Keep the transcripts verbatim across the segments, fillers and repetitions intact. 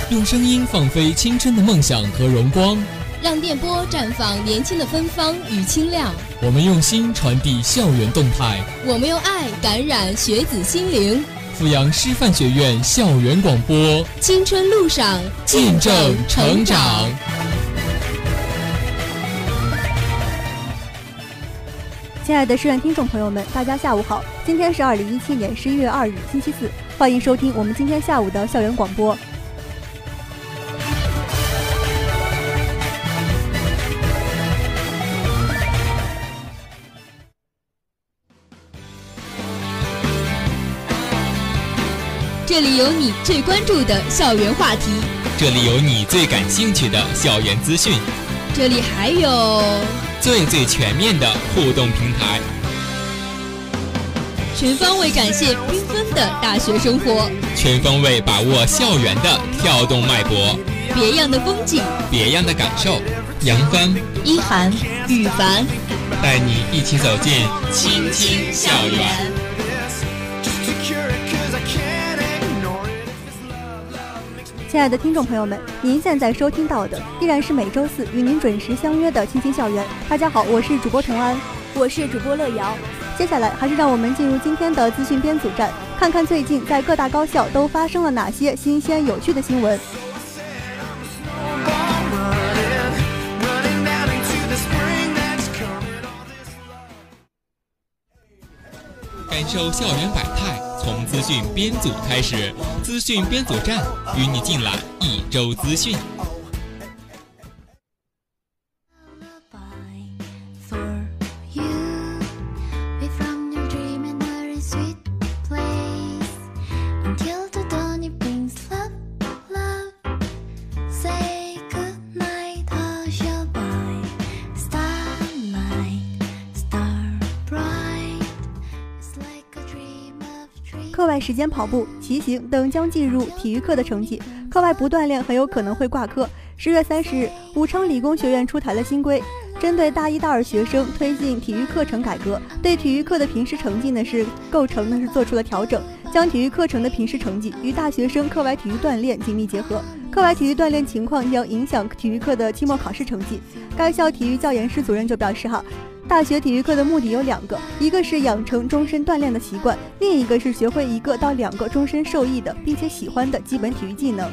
用声音放飞青春的梦想和荣光， 让电波绽放年轻的芬芳与清亮。 我们用心传递校园动态， 我们用爱感染学子心灵。 阜阳师范学院校园广播， 青春路上见证成长。 亲爱的师院听众朋友们，大家下午好！今天是二零一七年十一月二日，星期四，欢迎收听我们今天下午的校园广播。 这里有你最关注的校园话题， 这里有你最感兴趣的校园资讯， 这里还有最最全面的互动平台， 全方位感谢缤纷的大学生活， 全方位把握校园的跳动脉搏， 别样的风景， 别样的感受。杨帆、 一涵、羽凡带你一起走进青青校园。 亲爱的听众朋友们，您现在收听到的依然是每周四与您准时相约的青青校园。大家好，我是主播童安， 我是主播乐瑶。 接下来还是让我们进入今天的资讯编组站，看看最近在各大高校都发生了哪些新鲜有趣的新闻。 感受校园百态，从资讯编组开始，资讯编组站与你尽览一周资讯。 课外时间跑步、骑行等将计入体育课的成绩，课外不锻炼很有可能会挂科。十月三十日，武昌理工学院出台了新规，针对大一、大二学生推进体育课程改革，对体育课的平时成绩呢是构成呢是做出了调整，将体育课程的平时成绩与大学生课外体育锻炼紧密结合。课外体育锻炼情况将影响体育课的期末考试成绩。该校体育教研室主任就表示哈。大学体育课的目的有两个，一个是养成终身锻炼的习惯，另一个是学会一个到两个终身受益的并且喜欢的基本体育技能。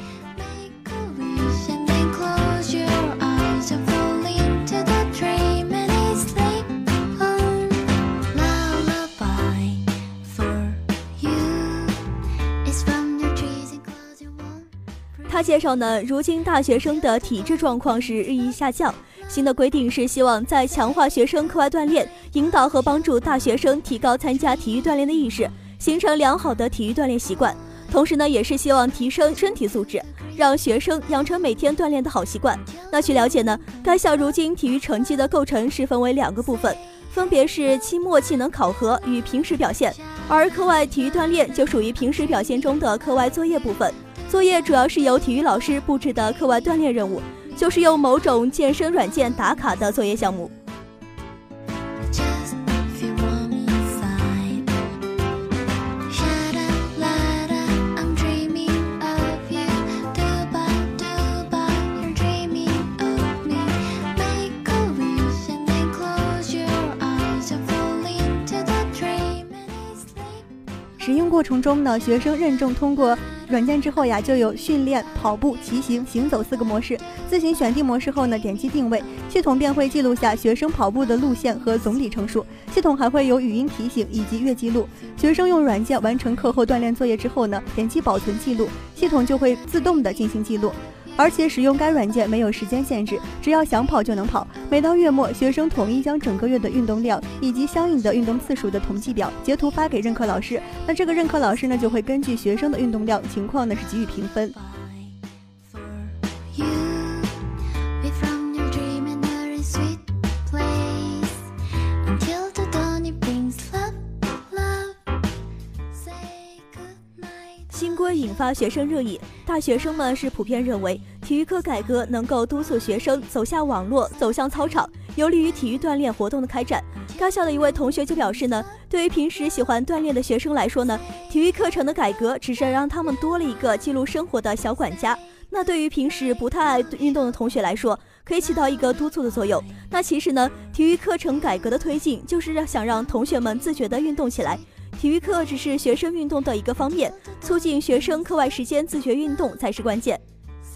他介绍呢，如今大学生的体质状况是日益下降，新的规定是希望在强化学生课外锻炼，引导和帮助大学生提高参加体育锻炼的意识，形成良好的体育锻炼习惯。同时呢，也是希望提升身体素质，让学生养成每天锻炼的好习惯。那据了解呢，该校如今体育成绩的构成是分为两个部分，分别是期末技能考核与平时表现，而课外体育锻炼就属于平时表现中的课外作业部分。作业主要是由体育老师布置的课外锻炼任务，就是用某种健身软件打卡的作业项目。 使用过程中呢，学生认证通过软件之后呀，就有训练、跑步、骑行、行走四个模式。自行选定模式后呢，点击定位，系统便会记录下学生跑步的路线和总里程数。系统还会有语音提醒以及月记录。学生用软件完成课后锻炼作业之后呢，点击保存记录，系统就会自动的进行记录。而且使用该软件没有时间限制，只要想跑就能跑。每到月末，学生统一将整个月的运动量以及相应的运动次数的统计表截图发给任课老师，那这个任课老师呢就会根据学生的运动量情况呢是给予评分。 新规引发学生热议，大学生们是普遍认为体育课改革能够督促学生走下网络，走向操场，有利于体育锻炼活动的开展。该校的一位同学就表示呢，对于平时喜欢锻炼的学生来说呢，体育课程的改革只是让他们多了一个记录生活的小管家。 那对于平时不太爱运动的同学来说，可以起到一个督促的作用。那其实呢，体育课程改革的推进，就是想让同学们自觉地运动起来。体育课只是学生运动的一个方面，促进学生课外时间自觉运动才是关键。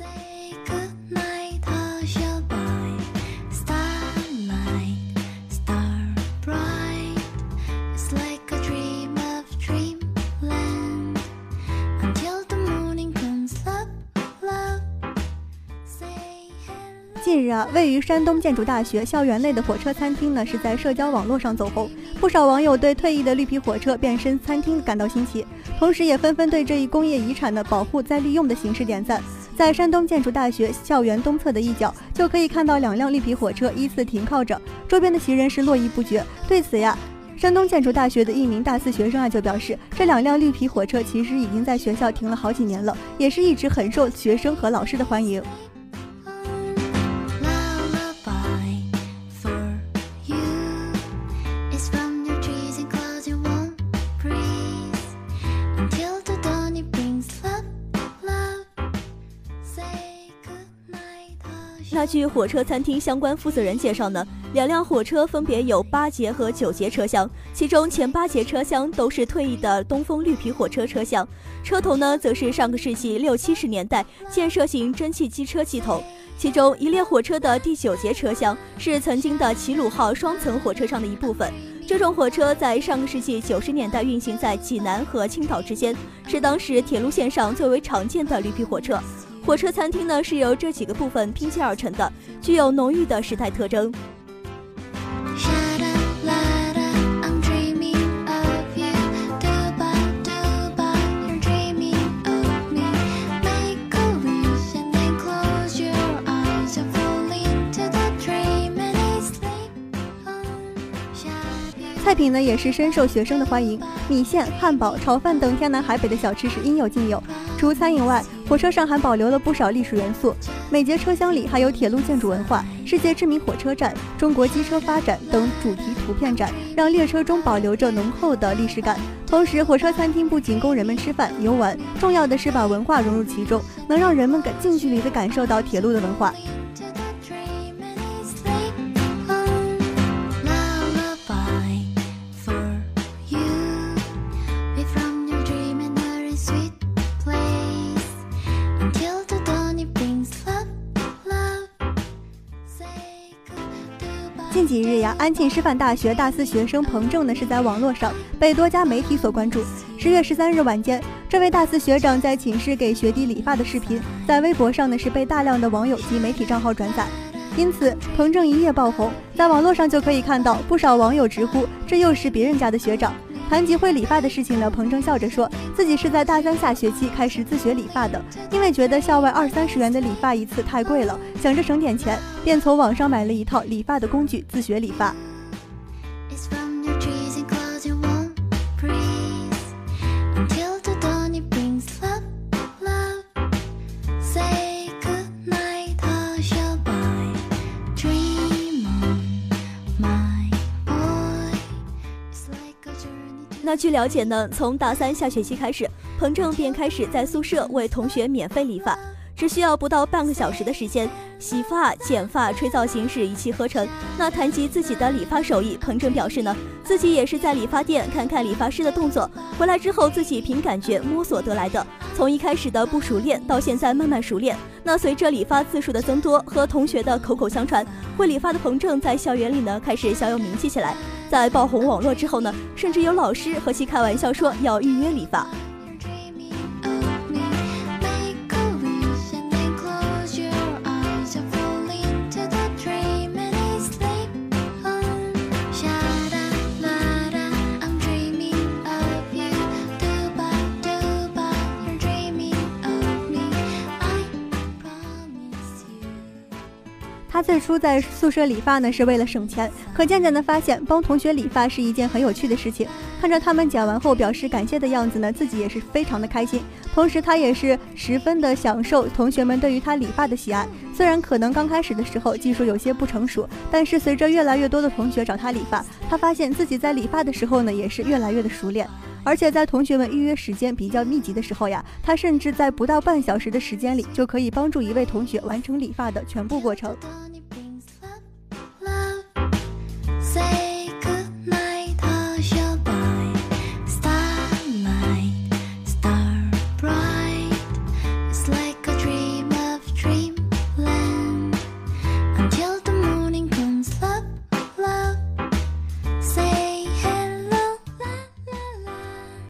近日啊，位于山东建筑大学校园内的火车餐厅呢，是在社交网络上走红，不少网友对退役的绿皮火车变身餐厅感到新奇，同时也纷纷对这一工业遗产的保护再利用的形式点赞。在山东建筑大学校园东侧的一角，就可以看到两辆绿皮火车依次停靠着，周边的行人是络绎不绝。对此呀，山东建筑大学的一名大四学生啊就表示，这两辆绿皮火车其实已经在学校停了好几年了，也是一直很受学生和老师的欢迎。 那据火车餐厅相关负责人介绍呢，两辆火车分别有八节和九节车厢，其中前八节车厢都是退役的东风绿皮火车车厢，车头呢则是上个世纪六七十年代建设型蒸汽机车系统。其中一列火车的第九节车厢是曾经的齐鲁号双层火车上的一部分。这种火车在上个世纪九十年代运行在济南和青岛之间，是当时铁路线上最为常见的绿皮火车。火车餐厅呢是由这几个部分拼接而成的，具有浓郁的时代特征。 菜品呢也是深受学生的欢迎，米线、汉堡、炒饭等天南海北的小吃是应有尽有。除餐饮外，火车上还保留了不少历史元素，每节车厢里还有铁路建筑文化、世界知名火车站、中国机车发展等主题图片展，让列车中保留着浓厚的历史感。同时，火车餐厅不仅供人们吃饭游玩，重要的是把文化融入其中，能让人们近距离地感受到铁路的文化。近几日呀，安庆师范大学大四学生彭正呢是在网络上被多家媒体所关注。十月十三日晚间，这位大四学长在寝室给学弟理发的视频，在微博上呢是被大量的网友及媒体账号转载，因此彭正一夜爆红。在网络上就可以看到不少网友直呼这又是别人家的学长。谈及会理发的事情呢，彭正笑着说自己是在大三下学期开始自学理发的，因为觉得校外二三十元的理发一次太贵了，想着省点钱，便从网上买了一套理发的工具自学理发。 那据了解呢，从大三下学期开始，彭正便开始在宿舍为同学免费理发，只需要不到半个小时的时间，洗发、剪发、吹造型是一气呵成。那谈及自己的理发手艺，彭正表示呢，自己也是在理发店看看理发师的动作，回来之后自己凭感觉摸索得来的。从一开始的不熟练到现在慢慢熟练，那随着理发次数的增多和同学的口口相传，会理发的彭正在校园里呢开始小有名气起来。在爆红网络之后呢，甚至有老师和其开玩笑说要预约理发。 他最初在宿舍理发呢是为了省钱，可渐渐的发现帮同学理发是一件很有趣的事情。看着他们剪完后表示感谢的样子呢，自己也是非常的开心。同时他也是十分的享受同学们对于他理发的喜爱。虽然可能刚开始的时候技术有些不成熟，但是随着越来越多的同学找他理发，他发现自己在理发的时候呢也是越来越的熟练。 而且在同学们预约时间比较密集的时候呀，他甚至在不到半小时的时间里就可以帮助一位同学完成理发的全部过程。